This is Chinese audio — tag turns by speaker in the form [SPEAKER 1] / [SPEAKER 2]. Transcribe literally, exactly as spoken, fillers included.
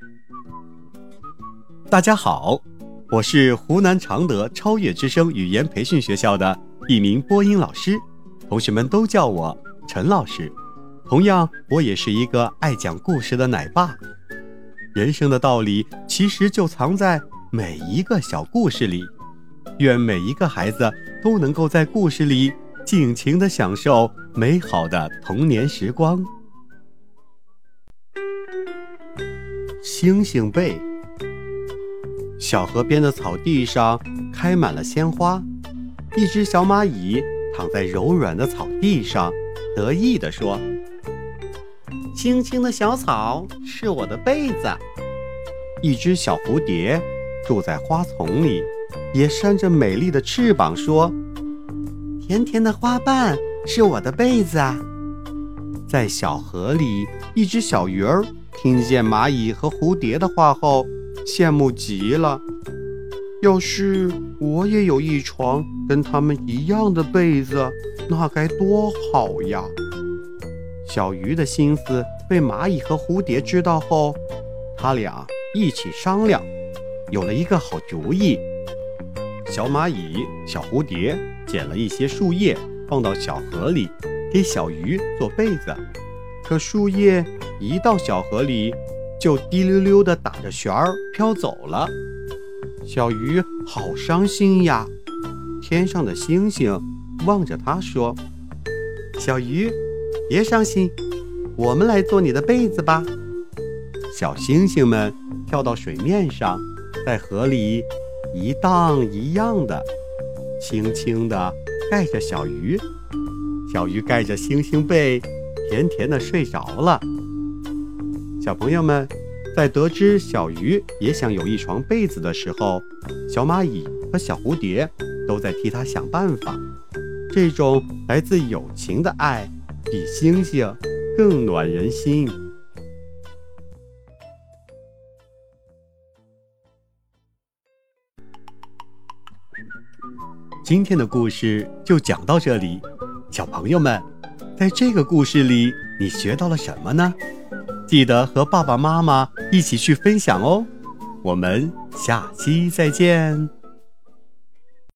[SPEAKER 1] 大家好，我是湖南常德超越之声语言培训学校的一名播音老师，同学们都叫我陈老师。同样，我也是一个爱讲故事的奶爸。人生的道理其实就藏在每一个小故事里，愿每一个孩子都能够在故事里尽情地享受美好的童年时光。星星贝。小河边的草地上开满了鲜花，一只小蚂蚁躺在柔软的草地上，得意地说：青青的小草是我的被子。一只小蝴蝶住在花丛里，也扇着美丽的翅膀说：甜甜的花瓣是我的被子啊。在小河里，一只小鱼儿听见蚂蚁和蝴蝶的话后，羡慕极了，要是我也有一床跟他们一样的被子，那该多好呀。小鱼的心思被蚂蚁和蝴蝶知道后，他俩一起商量，有了一个好主意。小蚂蚁、小蝴蝶捡了一些树叶放到小河里，给小鱼做被子。可树叶一到小河里，就滴溜溜地打着旋儿飘走了。小鱼好伤心呀，天上的星星望着它说：小鱼，别伤心，我们来做你的被子吧。小星星们跳到水面上，在河里一荡一漾的，轻轻地盖着小鱼。小鱼盖着星星被，甜甜地睡着了。小朋友们，在得知小鱼也想有一床被子的时候，小蚂蚁和小蝴蝶都在替它想办法。这种来自友情的爱，比星星更暖人心。今天的故事就讲到这里，小朋友们，在这个故事里，你学到了什么呢？记得和爸爸妈妈一起去分享哦。我们下期再见。